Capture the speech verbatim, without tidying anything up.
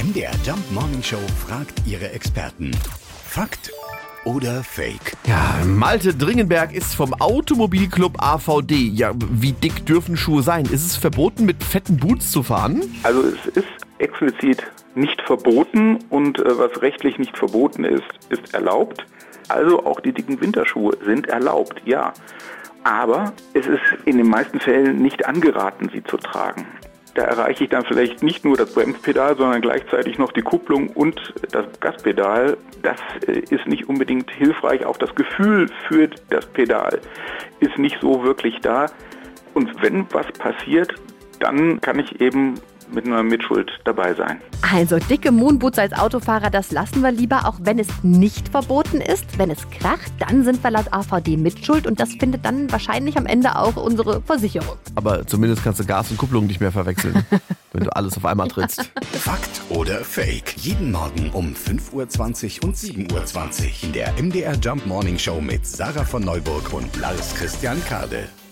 M D R Jump Morning Show fragt ihre Experten. Fakt oder Fake? Ja, Malte Dringenberg ist vom Automobilclub A V D. Ja, wie dick dürfen Schuhe sein? Ist es verboten, mit fetten Boots zu fahren? Also es ist explizit nicht verboten und äh, was rechtlich nicht verboten ist, ist erlaubt. Also auch die dicken Winterschuhe sind erlaubt, ja. Aber es ist in den meisten Fällen nicht angeraten, sie zu tragen. Da erreiche ich dann vielleicht nicht nur das Bremspedal, sondern gleichzeitig noch die Kupplung und das Gaspedal. Das ist nicht unbedingt hilfreich. Auch das Gefühl für das Pedal ist nicht so wirklich da. Und wenn was passiert, dann kann ich eben mit einer Mitschuld dabei sein. Also dicke Moonboots als Autofahrer, das lassen wir lieber, auch wenn es nicht verboten ist. Wenn es kracht, dann sind wir laut A V D mitschuld und das findet dann wahrscheinlich am Ende auch unsere Versicherung. Aber zumindest kannst du Gas und Kupplung nicht mehr verwechseln, wenn du alles auf einmal trittst. Fakt oder Fake? Jeden Morgen um fünf Uhr zwanzig und sieben Uhr zwanzig in der M D R Jump Morning Show mit Sarah von Neuburg und Lars Christian Kade.